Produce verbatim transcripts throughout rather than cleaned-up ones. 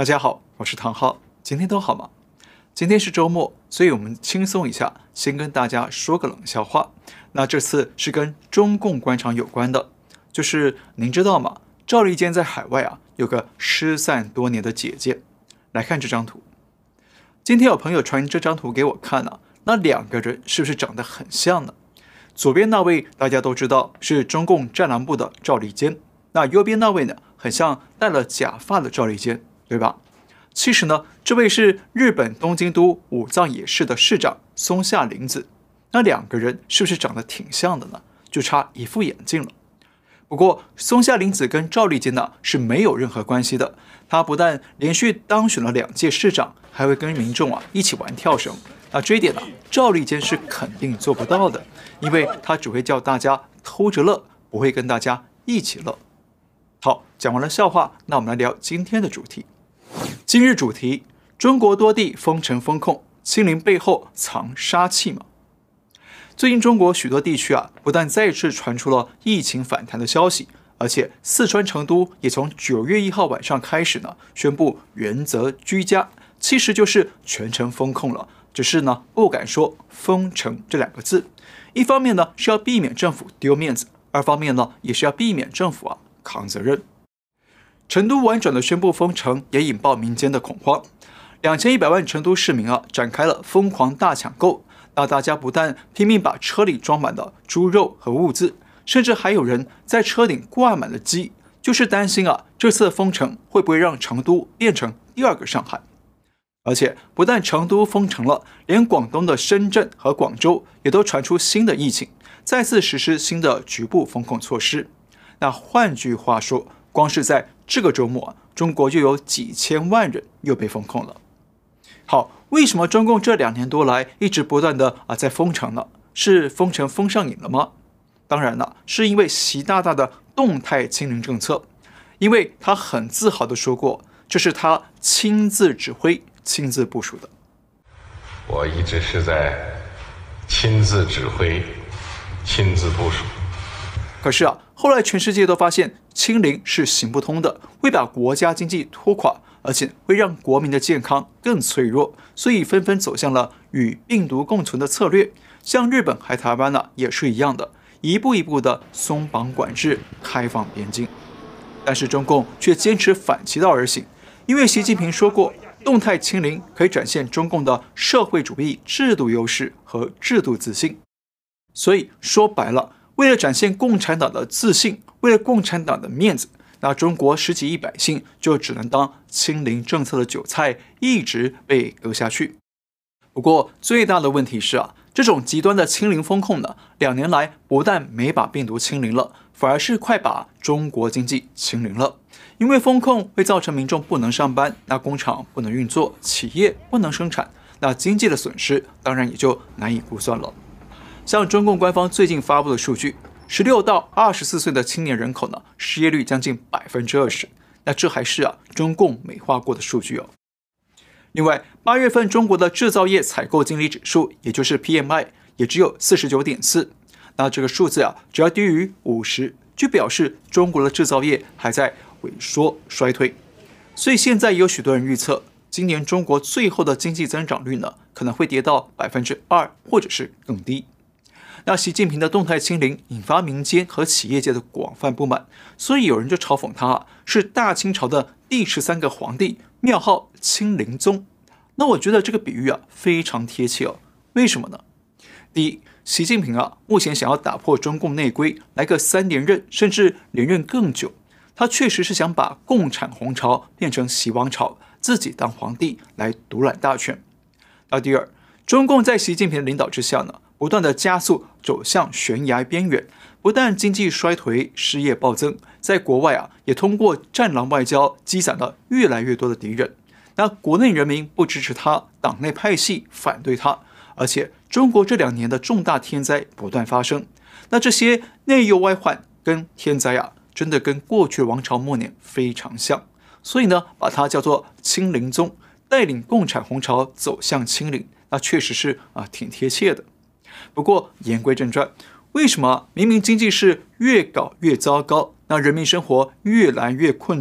大家好，我是唐浩，今天都好吗？今天是周末，所以我们轻松一下，先跟大家说个冷笑话。那这次是跟中共官场有关的，就是您知道吗？赵立坚在海外啊有个失散多年的姐姐。来看这张图，今天有朋友传这张图给我看啊，那两个人是不是长得很像呢？左边那位大家都知道是中共战狼部的赵立坚，那右边那位呢，很像戴了假发的赵立坚，对吧？其实呢，这位是日本东京都武藏野市的市长松下玲子。那两个人是不是长得挺像的呢？就差一副眼镜了。不过松下玲子跟赵立坚呢是没有任何关系的。他不但连续当选了两届市长，还会跟民众啊一起玩跳绳。那这一点呢，赵立坚是肯定做不到的，因为他只会叫大家偷着乐，不会跟大家一起乐。好，讲完了笑话，那我们来聊今天的主题。今日主题：中国多地封城封控，清零背后藏杀气吗？最近中国许多地区啊，不但再次传出了疫情反弹的消息，而且四川成都也从九月一号晚上开始呢，宣布原则居家，其实就是全城封控了。只是呢，不敢说封城这两个字。一方面呢是要避免政府丢面子，二方面呢也是要避免政府啊扛责任。成都婉转的宣布封城，也引爆民间的恐慌。两千一百万成都市民啊，展开了疯狂大抢购。那大家不但拼命把车里装满了猪肉和物资，甚至还有人在车顶挂满了鸡，就是担心啊，这次的封城会不会让成都变成第二个上海？而且不但成都封城了，连广东的深圳和广州也都传出新的疫情，再次实施新的局部封控措施。那换句话说，光是在这个周末啊，中国就有几千万人又被封控了。好，为什么中共这两年多来一直不断的啊在封城呢？是封城封上瘾了吗？当然了，是因为习大大的动态清零政策，因为他很自豪的说过，这是他亲自指挥、亲自部署的。 我一直是在亲自指挥、亲自部署。 可是啊，后来全世界都发现清零是行不通的，会把国家经济拖垮，而且会让国民的健康更脆弱，所以纷纷走向了与病毒共存的策略。像日本还台湾呢、啊，也是一样的，一步一步的松绑管制、开放边境。但是中共却坚持反其道而行，因为习近平说过，动态清零可以展现中共的社会主义制度优势和制度自信。所以说白了，为了展现共产党的自信，为了共产党的面子，那中国十几亿百姓就只能当清零政策的韭菜，一直被割下去。不过最大的问题是啊，这种极端的清零风控呢，两年来不但没把病毒清零了，反而是快把中国经济清零了。因为风控会造成民众不能上班，那工厂不能运作，企业不能生产，那经济的损失当然也就难以估算了。像中共官方最近发布的数据，十六到二十四岁的青年人口呢，失业率将近百分之二十。那这还是啊中共美化过的数据哦。另外，八月份中国的制造业采购经理指数，也就是 P M I， 也只有 四十九点四。那这个数字啊，只要低于五十，就表示中国的制造业还在萎缩衰退。所以现在也有许多人预测，今年中国最后的经济增长率呢，可能会跌到百分之二，或者是更低。那习近平的动态清零引发民间和企业界的广泛不满，所以有人就嘲讽他、啊、是大清朝的第十三个皇帝，庙号清零宗。那我觉得这个比喻啊非常贴切哦。为什么呢？第一，习近平啊目前想要打破中共内规，来个三连任，甚至连任更久。他确实是想把共产红潮变成习王朝，自己当皇帝来独揽大权。那第二，中共在习近平的领导之下呢，不断的加速走向悬崖边缘，不但经济衰退、失业暴增，在国外啊也通过战狼外交积攒了越来越多的敌人。那国内人民不支持他，党内派系反对他，而且中国这两年的重大天灾不断发生。那这些内忧外患跟天灾啊，真的跟过去王朝末年非常像，所以呢，把它叫做清零宗，带领共产红潮走向清零，那确实是啊挺贴切的。不过言归正传，为什么明明经济是越搞越糟糕，那人民生活越来越困顿，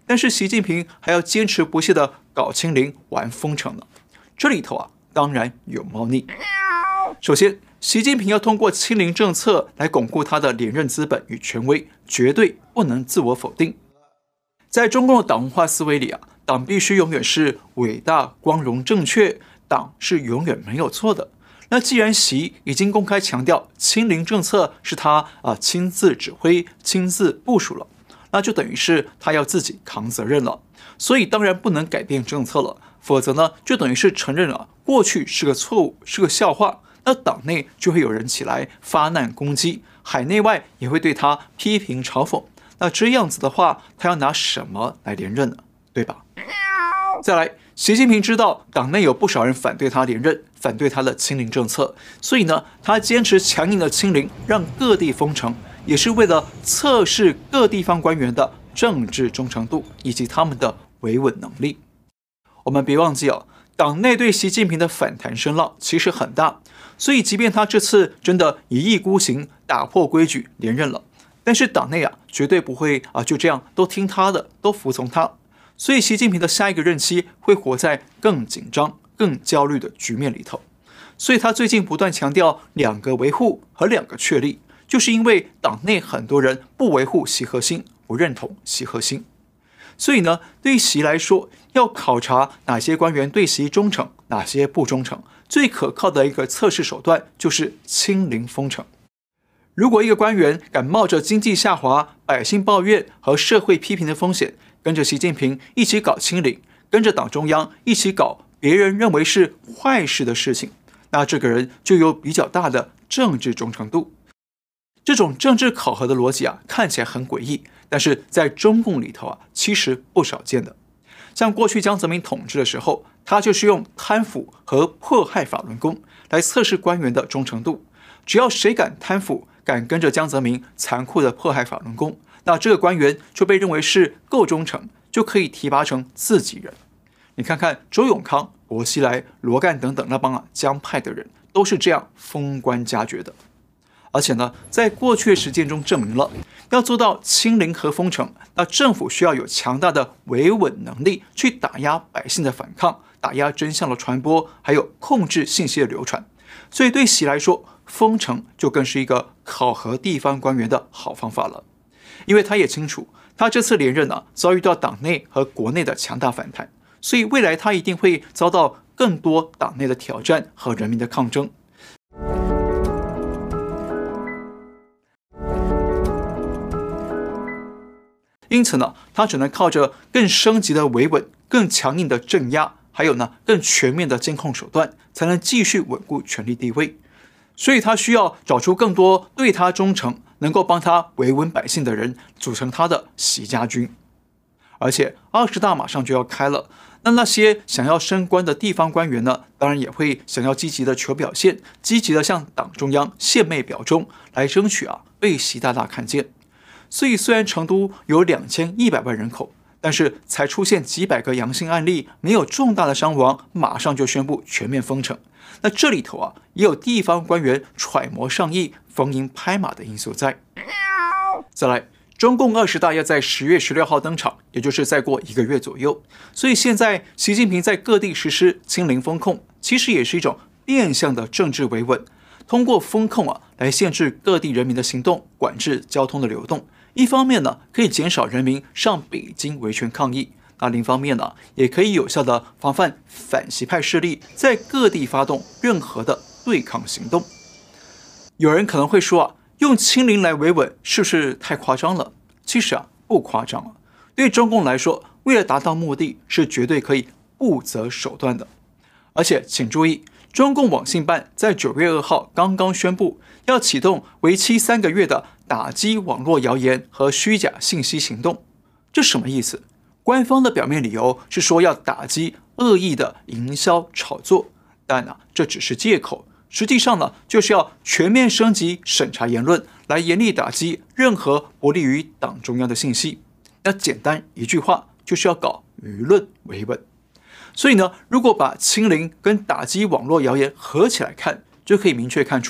但是习近平还要坚持不懈地搞清零、玩封城呢。这里头啊，当然有猫腻。首先，习近平要通过清零政策来巩固他的连任资本与权威，绝对不能自我否定。在中共的党文化思维里啊，党必须永远是伟大、光荣、正确，党是永远没有错的。那既然习已经公开强调清零政策是他啊亲自指挥、亲自部署了，那就等于是他要自己扛责任了。所以当然不能改变政策了，否则呢，就等于是承认了过去是个错误，是个笑话。那党内就会有人起来发难攻击，海内外也会对他批评嘲讽。那这样子的话，他要拿什么来连任呢？对吧？再来，习近平知道党内有不少人反对他连任，反对他的清零政策，所以呢，他坚持强硬的清零，让各地封城，也是为了测试各地方官员的政治忠诚度以及他们的维稳能力。我们别忘记哦，党内对习近平的反弹声浪其实很大，所以即便他这次真的一意孤行，打破规矩连任了，但是党内啊绝对不会啊就这样都听他的，都服从他。所以习近平的下一个任期会活在更紧张、更焦虑的局面里头。所以他最近不断强调两个维护和两个确立，就是因为党内很多人不维护习核心，不认同习核心。所以呢，对于习来说，要考察哪些官员对习忠诚，哪些不忠诚，最可靠的一个测试手段就是清零封城。如果一个官员敢冒着经济下滑、百姓抱怨和社会批评的风险，跟着习近平一起搞清零，跟着党中央一起搞别人认为是坏事的事情，那这个人就有比较大的政治忠诚度。这种政治考核的逻辑啊，看起来很诡异，但是在中共里头啊，其实不少见的。像过去江泽民统治的时候，他就是用贪腐和迫害法轮功来测试官员的忠诚度。只要谁敢贪腐，敢跟着江泽民残酷的迫害法轮功，那这个官员就被认为是够忠诚，就可以提拔成自己人。你看看周永康、薄熙来、罗干等等那帮啊江派的人，都是这样封官加爵的。而且呢，在过去的实践中证明了，要做到清零和封城，那政府需要有强大的维稳能力，去打压百姓的反抗，打压真相的传播，还有控制信息的流传。所以对习来说，封城就更是一个考核地方官员的好方法了。因为他也清楚，他这次连任啊，遭遇到党内和国内的强大反弹，所以未来他一定会遭到更多党内的挑战和人民的抗争。因此呢，他只能靠着更升级的维稳、更强硬的镇压，还有呢更全面的监控手段，才能继续稳固权力地位。所以他需要找出更多对他忠诚、能够帮他维稳百姓的人，组成他的习家军。而且二十大马上就要开了，那那些想要升官的地方官员呢，当然也会想要积极的求表现，积极的向党中央献媚表忠，来争取啊被习大大看见。所以虽然成都有两千一百万人口，但是才出现几百个阳性案例，没有重大的伤亡，马上就宣布全面封城。那这里头啊，也有地方官员揣摩上意、逢迎拍马的因素在。再来，中共二十大要在十月十六号登场，也就是再过一个月左右。所以现在习近平在各地实施清零风控，其实也是一种变相的政治维稳，通过风控啊来限制各地人民的行动，管制交通的流动。一方面呢，可以减少人民上北京维权抗议；那另一方面呢，也可以有效的防范反习派势力在各地发动任何的对抗行动。有人可能会说啊，用清零来维稳是不是太夸张了？其实啊，不夸张啊。对中共来说，为了达到目的，是绝对可以不择手段的。而且请注意，中共网信办在九月二号刚刚宣布，要启动为期三个月的打击网络谣言和虚假信息行动。这什么意思？官方的表面理由是说要打击恶意的营销炒作，但啊，这只是借口。实际上呢，就是要全面升级审查言论，来严厉打击任何不利于党中央的信息。那简单一句话，就是要搞舆论维稳。所以呢，如果把清零跟打击网络谣言合起来看，就可以明确看出，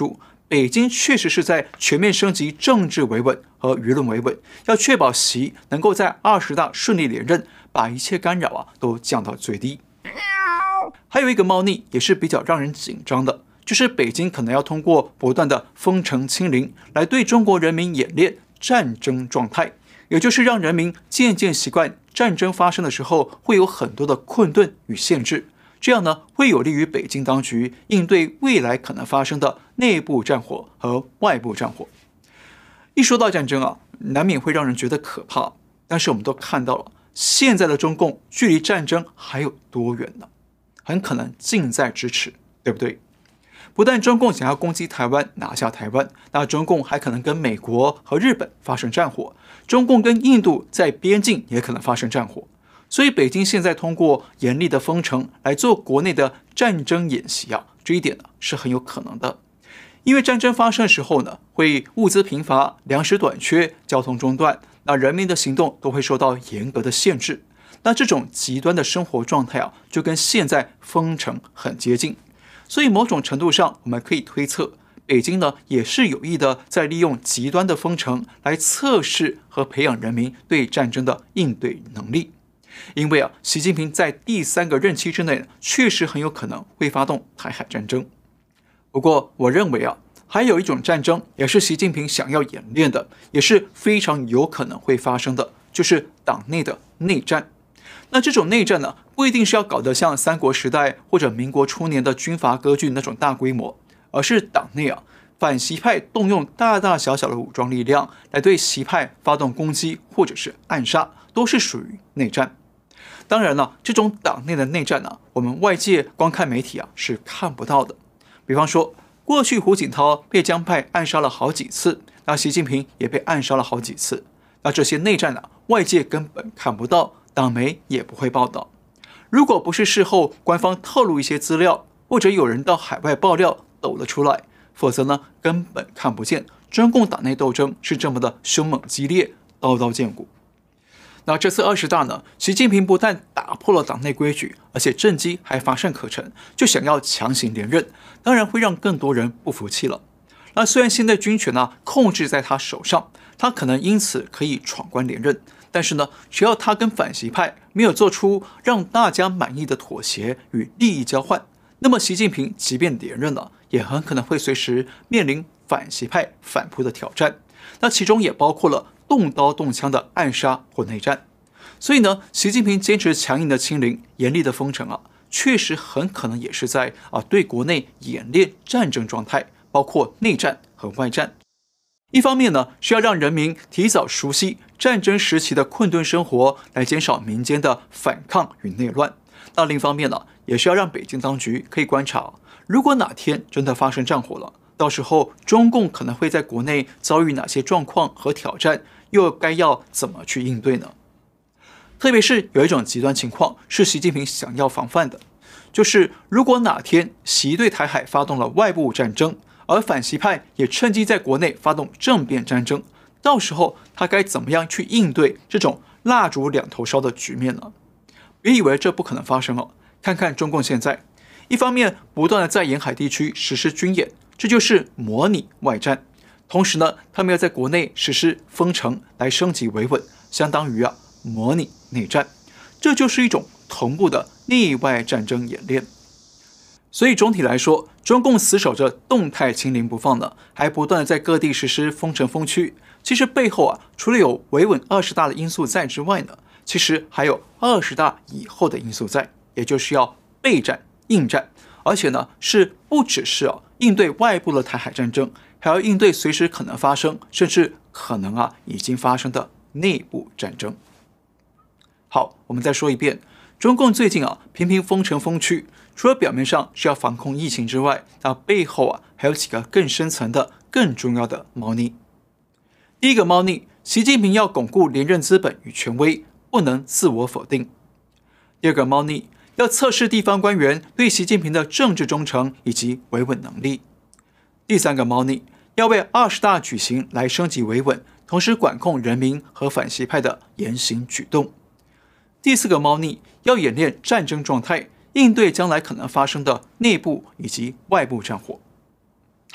北京确实是在全面升级政治维稳和舆论维稳，要确保习能够在二十大顺利连任，把一切干扰啊都降到最低。还有一个猫腻也是比较让人紧张的，就是北京可能要通过不断的封城清零来对中国人民演练战争状态，也就是让人民渐渐习惯战争发生的时候会有很多的困顿与限制。这样呢，会有利于北京当局应对未来可能发生的内部战火和外部战火。一说到战争啊，难免会让人觉得可怕，但是我们都看到了，现在的中共距离战争还有多远呢？很可能近在咫尺，对不对？不但中共想要攻击台湾，拿下台湾，那中共还可能跟美国和日本发生战火，中共跟印度在边境也可能发生战火。所以北京现在通过严厉的封城来做国内的战争演习啊，这一点呢是很有可能的。因为战争发生的时候呢，会物资贫乏、粮食短缺、交通中断，那人民的行动都会受到严格的限制。那这种极端的生活状态啊，就跟现在封城很接近。所以某种程度上，我们可以推测，北京呢也是有意的在利用极端的封城来测试和培养人民对战争的应对能力。因为啊，习近平在第三个任期之内确实很有可能会发动台海战争。不过，我认为啊，还有一种战争也是习近平想要演练的，也是非常有可能会发生的，就是党内的内战。那这种内战呢，不一定是要搞得像三国时代或者民国初年的军阀割据那种大规模，而是党内啊，反习派动用大大小小的武装力量来对习派发动攻击或者是暗杀，都是属于内战。当然了，这种党内的内战呢，我们外界光看媒体啊是看不到的。比方说，过去胡锦涛被江派暗杀了好几次，那习近平也被暗杀了好几次。那这些内战呢，外界根本看不到，党媒也不会报道。如果不是事后官方透露一些资料，或者有人到海外爆料抖了出来，否则呢，根本看不见中共党内斗争是这么的凶猛激烈，刀刀见骨。那这次二十大呢，习近平不但打破了党内规矩，而且政绩还乏善可陈，就想要强行连任，当然会让更多人不服气了。那虽然现在军权呢控制在他手上，他可能因此可以闯关连任，但是呢，只要他跟反习派没有做出让大家满意的妥协与利益交换，那么习近平即便连任了，也很可能会随时面临反习派反扑的挑战。那其中也包括了动刀动枪的暗杀或内战。所以呢，习近平坚持强硬的清零、严厉的封城啊，确实很可能也是在啊对国内演练战争状态，包括内战和外战。一方面呢，是要让人民提早熟悉战争时期的困顿生活，来减少民间的反抗与内乱。那另一方面呢，也是要让北京当局可以观察，如果哪天真的发生战火了，到时候中共可能会在国内遭遇哪些状况和挑战，又该要怎么去应对呢？特别是有一种极端情况是习近平想要防范的，就是如果哪天习对台海发动了外部战争，而反习派也趁机在国内发动政变战争，到时候他该怎么样去应对这种蜡烛两头烧的局面呢？别以为这不可能发生哦，看看中共现在，一方面不断的在沿海地区实施军演，这就是模拟外战；同时呢，他们要在国内实施封城来升级维稳，相当于啊模拟内战，这就是一种同步的内外战争演练。所以总体来说，中共死守着动态清零不放呢，还不断的在各地实施封城封区。其实背后啊，除了有维稳二十大的因素在之外呢，其实还有二十大以后的因素在，也就是要备战、应战，而且呢是不只是啊应对外部的台海战争，还要应对随时可能发生，甚至可能啊已经发生的内部战争。好，我们再说一遍，中共最近啊频频封城封区，除了表面上是要防控疫情之外，那背后啊还有几个更深层的、更重要的猫腻。第一个猫腻，习近平要巩固连任资本与权威，不能自我否定。第二个猫腻，要测试地方官员对习近平的政治忠诚以及维稳能力。第三个猫腻，要为二十大举行来升级维稳，同时管控人民和反习派的言行举动。第四个猫腻，要演练战争状态，应对将来可能发生的内部以及外部战火。好，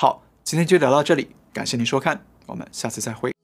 今天就聊到这里，感谢您收看，我们下次再会。